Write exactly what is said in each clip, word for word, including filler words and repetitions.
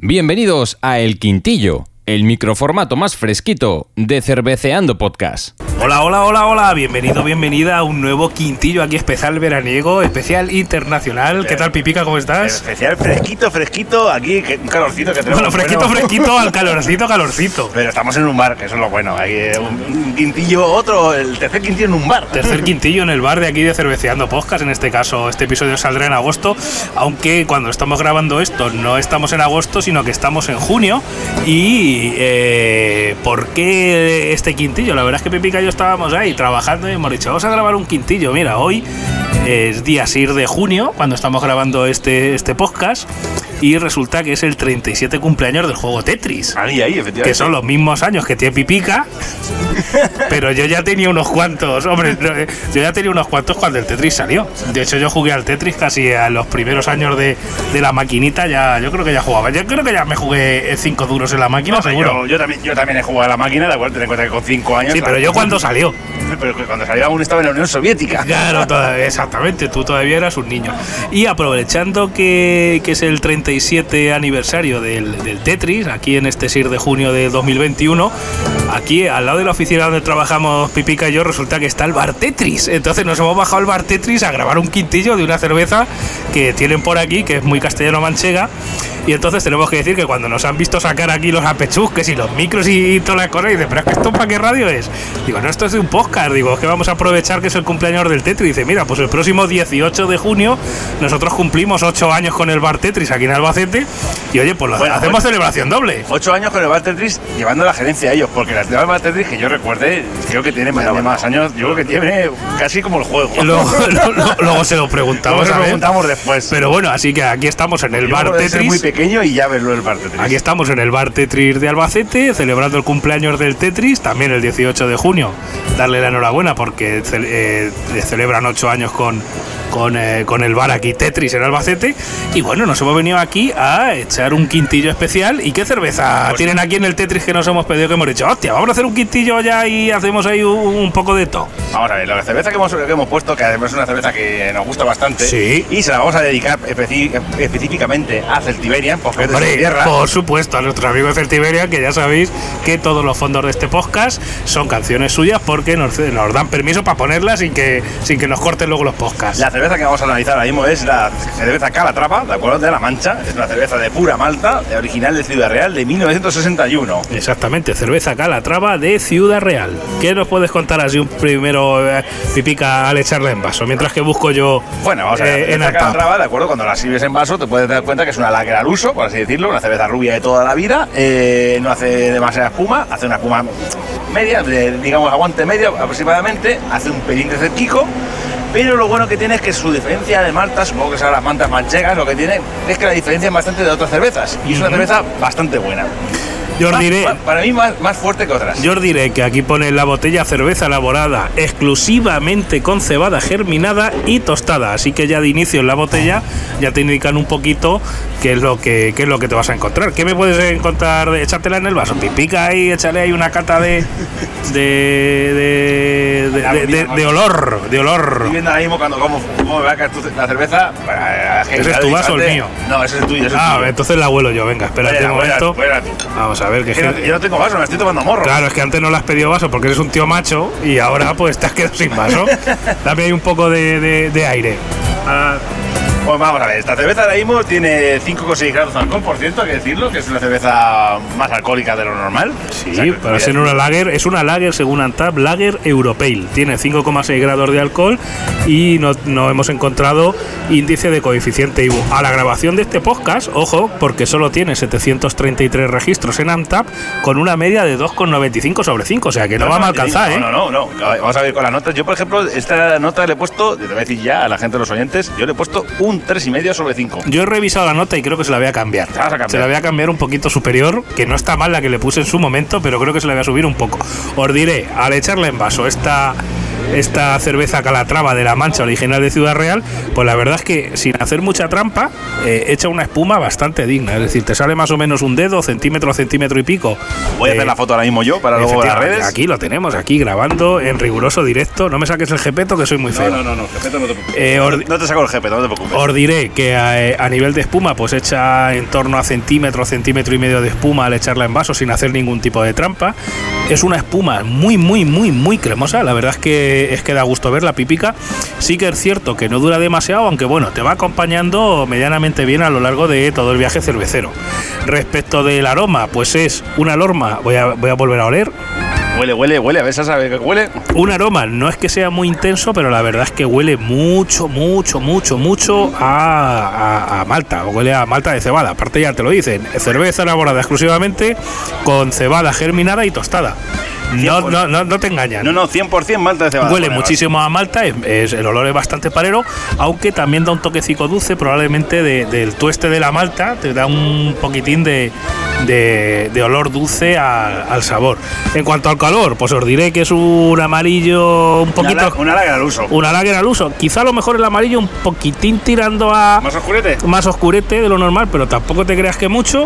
Bienvenidos a El Quintillo, el microformato más fresquito de Cerveceando Podcast. Hola, hola, hola, hola, bienvenido, bienvenida a un nuevo Quintillo aquí especial veraniego, especial internacional. ¿Qué tal, Pipica? ¿Cómo estás? Especial fresquito, fresquito, aquí un calorcito que tenemos. Bueno, fresquito, bueno. fresquito, al calorcito, calorcito. Pero estamos en un bar, que eso es lo bueno. Hay un, un quintillo, otro, el tercer quintillo en un bar. Tercer quintillo en el bar de aquí de Cerveceando Podcast. En este caso, este episodio saldrá en agosto, aunque cuando estamos grabando esto no estamos en agosto, sino que estamos en junio. Y eh, ¿por qué este quintillo? La verdad es que Pipica y yo estábamos ahí trabajando y hemos dicho, vamos a grabar un quintillo. Mira, hoy es día seis de junio cuando estamos grabando este, este podcast y resulta que es el treinta y siete cumpleaños del juego Tetris. Ahí, ahí, efectivamente. Que son los mismos años que tiene Pipica, pero yo ya tenía unos cuantos, hombre, yo ya tenía unos cuantos cuando el Tetris salió. De hecho, yo jugué al Tetris casi a los primeros años de, de la maquinita, ya, yo creo que ya jugaba. Yo creo que ya me jugué cinco duros en la máquina, no, seguro. Yo, yo, también, yo también he jugado a la máquina, de acuerdo, ten en cuenta que con cinco años... Sí, pero yo cuando salió. Pero cuando salió aún estaba en la Unión Soviética. Claro, todavía, exactamente, tú todavía eras un niño. Y aprovechando que, que es el treinta y siete aniversario del, del Tetris, aquí en este seis de junio de dos mil veintiuno, aquí al lado de la oficina donde trabajamos Pipica y yo, resulta que está el bar Tetris. Entonces nos hemos bajado al bar Tetris a grabar un quintillo de una cerveza que tienen por aquí, que es muy castellano-manchega. Y entonces tenemos que decir que cuando nos han visto sacar aquí los apechusques y los micros y, y todas las cosas, dicen, pero es que esto para qué radio es. Digo, no, esto es de un podcast. Digo, es que vamos a aprovechar que es el cumpleaños del Tetris. Dice, mira, pues el próximo dieciocho de junio nosotros cumplimos ocho años con el bar Tetris aquí en Albacete. Y oye, pues bueno, hacemos ocho, celebración doble. ocho años con el bar Tetris llevando la gerencia a ellos, porque las del bar Tetris que yo recuerde, creo que tiene más, bueno, más años, yo creo que tiene casi como el juego. Luego, luego, luego se lo preguntamos. Luego se lo preguntamos después. Pero bueno, así que aquí estamos en el yo bar Tetris. Ser muy pequeño y ya verlo el bar Tetris. Aquí estamos en el bar Tetris de Albacete, celebrando el cumpleaños del Tetris, también el dieciocho de junio. Darle la enhorabuena porque eh, celebran ocho años con, con, eh, con el bar aquí Tetris en Albacete. Y bueno, nos hemos venido aquí a echar un quintillo especial. ¿Y qué cerveza pues tienen aquí en el Tetris que nos hemos pedido? Que hemos dicho, hostia, vamos a hacer un quintillo ya y hacemos ahí un, un poco de todo. Vamos a ver, la cerveza que hemos, que hemos puesto, que además es una cerveza que nos gusta bastante, sí, y se la vamos a dedicar especi- específicamente a Celtiberian, porque es de su tierra. Por supuesto, a nuestros amigos de Celtiberian, que ya sabéis que todos los fondos de este podcast son canciones suyas porque nos, nos dan permiso para ponerlas sin que, sin que nos corten luego los podcasts. La cerveza que vamos a analizar ahora mismo es la cerveza Calatrava, de acuerdo, de La Mancha. Es una cerveza de pura malta, original de Ciudad Real, de mil novecientos sesenta y uno. Exactamente, cerveza Calatrava de Ciudad Real. ¿Qué nos puedes contar así un primero, eh, Pipica, al echarla en vaso? Mientras que busco yo. Bueno, vamos a ver, eh, la Calatrava, de acuerdo, cuando la sirves en vaso te puedes dar cuenta que es una lager al uso, por así decirlo, una cerveza rubia de toda la vida, eh, no hace demasiada espuma, hace una espuma media, de, digamos aguante medio aproximadamente, hace un pelín de cerquico. Pero lo bueno que tiene es que su diferencia de maltas, supongo que serán las maltas manchegas, lo que tiene es que la diferencia es bastante de otras cervezas. Y es una cerveza bastante buena. Yo os diré, más, para mí más, más fuerte que otras. Yo os diré que aquí pone en la botella cerveza elaborada exclusivamente con cebada germinada y tostada. Así que ya de inicio en la botella ya te indican un poquito qué es lo que, qué es lo que te vas a encontrar. ¿Qué me puedes encontrar? De, echártela en el vaso. Pipica ahí, échale ahí una cata de de de, de, de, de, de olor, de olor. Estoy viendo ahora mismo cuando cómo, cómo me va a caer la cerveza. ¿Ese es tu vaso o el mío? No, ese es el tuyo. Ese es ah, tuyo. Entonces la huelo yo. Venga, espérate un momento. Fuera, fuera, Vamos a ver que yo, yo no tengo vaso, me estoy tomando morro. Claro, es que antes no le has pedido vaso porque eres un tío macho y ahora pues te has quedado sin vaso. Dame ahí un poco de, de, de aire. Ah. Pues vamos a ver, esta cerveza ahora mismo tiene cinco coma seis grados de alcohol, por cierto, hay que decirlo, que es una cerveza más alcohólica de lo normal. Sí, o sea, para ser una lager, es una lager según Antap, lager Europale. Tiene cinco coma seis grados de alcohol y no, no hemos encontrado índice de coeficiente I B U. A la grabación de este podcast, ojo, porque solo tiene setecientos treinta y tres registros en Antap con una media de dos coma noventa y cinco sobre cinco, o sea que no, no vamos a alcanzar, ¿eh? No, no, no, no, vamos a ver con las notas. Yo, por ejemplo, esta nota le he puesto, te voy a decir ya a la gente de los oyentes, yo le he puesto un tres coma cinco sobre cinco. Yo he revisado la nota y creo que se la voy a cambiar. ¿Se, vas a cambiar? Se la voy a cambiar un poquito superior, que no está mal la que le puse en su momento, pero creo que se la voy a subir un poco. Os diré, al echarla en vaso esta, esta cerveza Calatrava de La Mancha, original de Ciudad Real, pues la verdad es que sin hacer mucha trampa, eh, echa una espuma bastante digna. Es decir, te sale más o menos un dedo, centímetro, centímetro y pico. Voy a hacer eh, la foto ahora mismo yo para luego las redes. Aquí lo tenemos, aquí grabando en riguroso directo. No me saques el jepeto, que soy muy feo. No, no, no, no, jepeto no te preocupes. Eh, or, no te saco el jepeto, no te preocupes. Os diré que a, a nivel de espuma, pues echa en torno a centímetro, centímetro y medio de espuma al echarla en vaso sin hacer ningún tipo de trampa. Es una espuma muy, muy, muy, muy cremosa. La verdad es que es que da gusto ver la pipica. Sí que es cierto que no dura demasiado, aunque bueno, te va acompañando medianamente bien a lo largo de todo el viaje cervecero. Respecto del aroma, pues es una aroma, voy a, voy a volver a oler. Huele, huele, huele, a ver si sabe que huele. Un aroma, no es que sea muy intenso, pero la verdad es que huele mucho, mucho, mucho, mucho a, a, a malta, huele a malta de cebada. Aparte ya te lo dicen, cerveza elaborada exclusivamente con cebada germinada y tostada. No, no, no, no te engañan. No, no, cien por ciento malta de cebada. Huele muchísimo a malta, es, es, el olor es bastante parero, aunque también da un toquecico dulce, probablemente de, del tueste de la malta, te da un poquitín de, de, de olor dulce a, al sabor. En cuanto al color, pues os diré que es un amarillo un poquito... Una lager al uso. Una lager al uso. Quizá a lo mejor el amarillo un poquitín tirando a... ¿Más oscurete? Más oscurete de lo normal, pero tampoco te creas que mucho.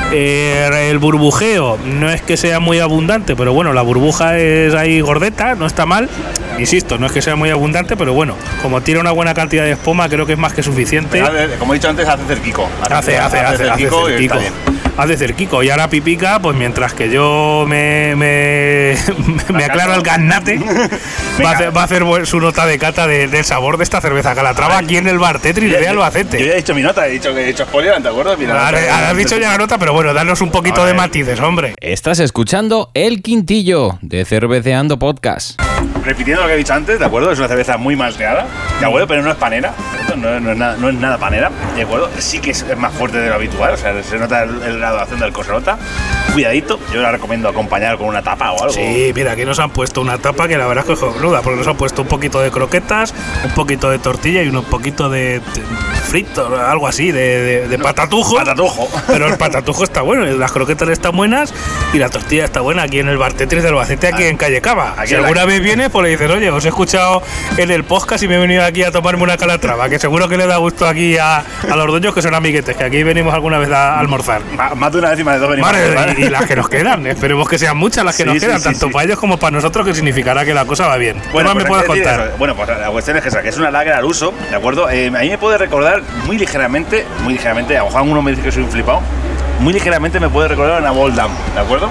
Eh, el burbujeo no es que sea muy abundante, pero bueno, la burbuja es ahí gordeta, no está mal. Insisto, no es que sea muy abundante, pero bueno, como tiene una buena cantidad de espuma, creo que es más que suficiente. Hace, como he dicho antes, hace cerquico. Hace, hace, hace, hace, hace cerquico. Hace cerquico. Hace cerquico. Y ahora pipica, pues mientras que yo me, me, me aclaro el gaznate, va a, hacer, va a hacer su nota de cata de, del sabor de esta cerveza Calatrava aquí en el bar Tetris de Albacete. Yo ya he dicho mi nota, he dicho que he hecho spoiler, ¿te acuerdas? Mira, ahora has dicho ya la nota, pero bueno, danos un poquito de matices, hombre. Estás escuchando El Quintillo de Cerveceando Podcast. Repitiendo lo que he dicho antes, ¿de acuerdo? Es una cerveza muy malteada, ¿de acuerdo? Pero no es panera, no, no, es, nada, no es nada panera, ¿de acuerdo? Sí que es, es más fuerte de lo habitual, o sea, se nota el, el graduación del coserota. Cuidadito, yo la recomiendo acompañar con una tapa o algo. Sí, mira, aquí nos han puesto una tapa que la verdad es que es cruda, porque nos han puesto un poquito de croquetas, un poquito de tortilla y un poquito de frito, algo así, de, de, de no, patatujo. Patatujo. Pero el patatujo está bueno, las croquetas están buenas y la tortilla está buena aquí en el bar Tetris de Albacete, aquí ah, en Calle Cava. Si alguna vez vienes, pues le dices, oye, os he escuchado en el podcast y me he venido aquí a tomarme una Calatrava, que seguro que le da gusto aquí a, a los dueños que son amiguetes, que aquí venimos alguna vez a almorzar. Más de una vez y más de dos venimos. Vale, a y, y las que nos quedan, esperemos que sean muchas las que sí, nos quedan, sí, tanto sí, para sí. ellos como para nosotros, que significará que la cosa va bien. Bueno, ¿Qué más pues me puedes contar? Eso. Bueno, pues la cuestión es que, esa, que es una lager al uso, ¿de acuerdo? Eh, a mí me puede recordar muy ligeramente, muy ligeramente, a lo mejor uno me dice que soy un flipado, muy ligeramente me puede recordar a una Boldam, ¿de acuerdo?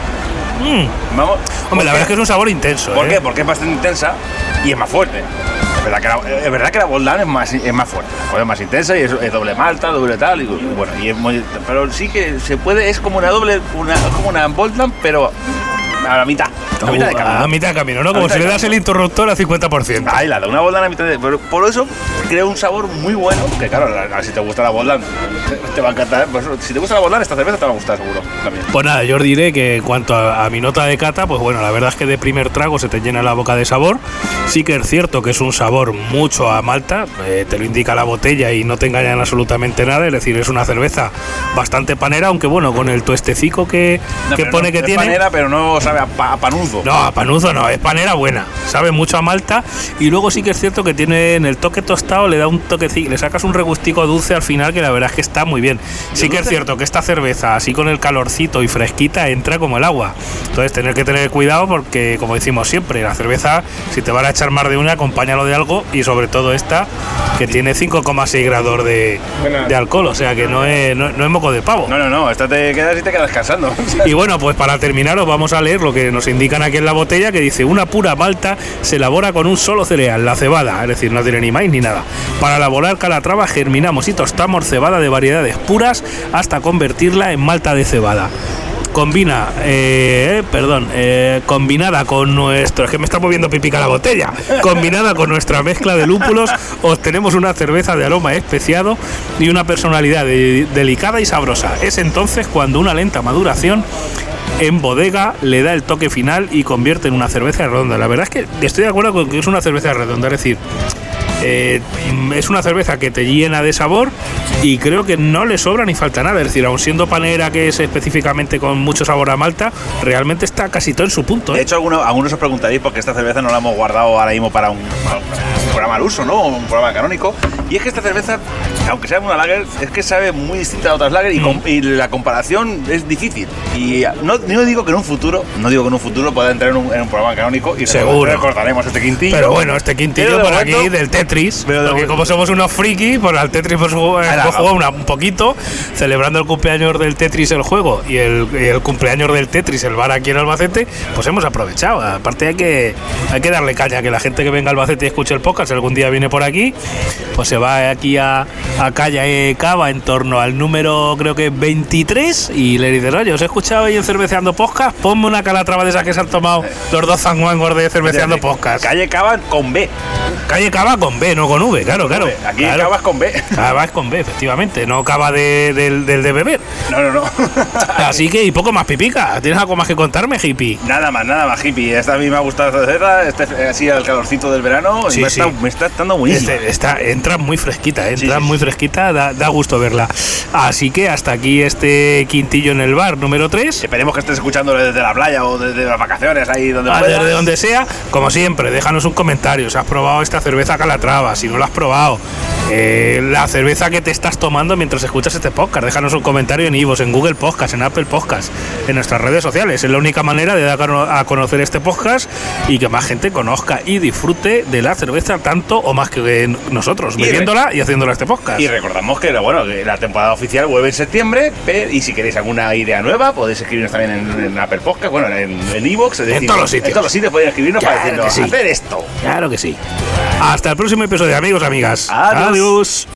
Mm. Vamos. Hombre, la verdad es que es un sabor intenso. ¿Por ¿eh? qué? Porque es bastante intensa y es más fuerte. Es verdad que la, es verdad que la Boldam es más, es más fuerte, es más intensa y es, es doble malta, doble tal, y, y bueno, y es muy, pero sí que se puede, es como una doble, una, como una Boldam, pero a la mitad. A mitad de camino. A mitad de camino, ¿no? Como si le das el interruptor al cincuenta por ciento. Ahí la da una Boldam a mitad de... Pero por eso crea un sabor muy bueno. Que claro, si te gusta la Boldam, te va a encantar. Pues, si te gusta la Boldam, esta cerveza te va a gustar seguro también. Pues nada, yo os diré que en cuanto a, a mi nota de cata, pues bueno, la verdad es que de primer trago se te llena la boca de sabor. Sí que es cierto que es un sabor mucho a malta, eh, te lo indica la botella y no te engañan absolutamente nada. Es decir, es una cerveza bastante panera, aunque bueno, con el tuestecico que, no, que pone no, que es tiene. Es panera, pero no sabe a, pa, a panuzo. No, a panuzo no, es panera buena, sabe mucho a malta y luego sí que es cierto que tiene en el toque tostado, le da un toquecito, le sacas un regustico dulce al final que la verdad es que está muy bien. Sí que es cierto que esta cerveza, así con el calorcito y fresquita, entra como el agua. Entonces tener que tener cuidado porque, como decimos siempre, la cerveza, si te van a echar más de una, acompáñalo de algo y sobre todo esta, que tiene cinco coma seis grados de, de alcohol, o sea que no es, no, no es moco de pavo. No, no, no, esta te quedas y te quedas cansando. Y bueno, pues para terminar os vamos a leer lo que nos indican aquí en la botella, que dice: una pura malta se elabora con un solo cereal, la cebada, es decir, no tiene ni maíz ni nada. Para elaborar Calatrava germinamos y tostamos cebada de variedades puras hasta convertirla en malta de cebada. Combina, eh, perdón, eh, combinada con nuestro, es que me está moviendo pipica la botella, combinada con nuestra mezcla de lúpulos, obtenemos una cerveza de aroma especiado y una personalidad de, delicada y sabrosa. Es entonces cuando una lenta maduración en bodega le da el toque final y convierte en una cerveza redonda. La verdad es que estoy de acuerdo con que es una cerveza redonda, es decir, Eh, es una cerveza que te llena de sabor y creo que no le sobra ni falta nada. Es decir, aun siendo panera, que es específicamente con mucho sabor a malta, realmente está casi todo en su punto. ¿eh? De hecho, algunos, algunos os preguntaréis por qué esta cerveza no la hemos guardado ahora mismo para un, para un programa al uso, ¿no? Un programa canónico. Y es que esta cerveza, aunque sea una lager, es que sabe muy distinta a otras lager y, mm. y la comparación es difícil. Y no, no digo que en un futuro, no digo que en un futuro pueda entrar en un, en un programa canónico y seguro recordaremos este quintillo. Pero bueno, este quintillo por momento, aquí del Tetris, pero de porque como somos unos frikis, pues al Tetris hemos jugado, jugado una, un poquito, celebrando el cumpleaños del Tetris el juego y el, y el cumpleaños del Tetris el bar aquí en Albacete, pues hemos aprovechado. Aparte hay que hay que darle caña, que la gente que venga a Albacete y escuche el podcast, si algún día viene por aquí, pues se va aquí a, a Calle Cava en torno al número creo que veintitrés y le dice, oye, os he escuchado ahí en Cerveceando Podcast, ponme una calatrava de esas que se han tomado los dos zanguangos de Cerveceando Podcast. Calle Cava con B. Calle Cava con B, no con V, claro, claro. Aquí claro. Cava es con B. Cava es con B, efectivamente, no Cava de, de, de, de beber. No, no, no. Así que, y poco más pipica. ¿Tienes algo más que contarme, hippie? Nada más, nada más, hippie. Esta a mí me ha gustado esta cerveza, este, así al calorcito del verano, sí, me, sí. Está, me está estando buenísima. Este, está, entra muy fresquita, entra sí, sí, muy fresquita, da, da gusto verla. Así que hasta aquí este quintillo en el bar número tres. Esperemos que estés escuchando desde la playa o desde las vacaciones, ahí donde ah, puedas. Desde donde sea, como siempre, déjanos un comentario. Si has probado esta cerveza Calatrava, si no la has probado, eh, la cerveza que te estás tomando mientras escuchas este podcast, déjanos un comentario en iVoox, en Google Podcast, en Apple Podcast, en nuestras redes sociales. Es la única manera de dar a conocer este podcast y que más gente conozca y disfrute de la cerveza tanto o más que nosotros, y bebiéndola y haciéndola este podcast. Y recordamos que, bueno, que la temporada oficial vuelve en septiembre, pero, y si queréis alguna idea nueva podéis escribirnos también en, en Apple Podcast, bueno, en iVoox, en, en todos los sitios. En todos los sitios podéis escribirnos claro para decirnos, sí. hacer esto. Claro que sí. Hasta el próximo episodio, amigos, amigas. Adiós. Adiós.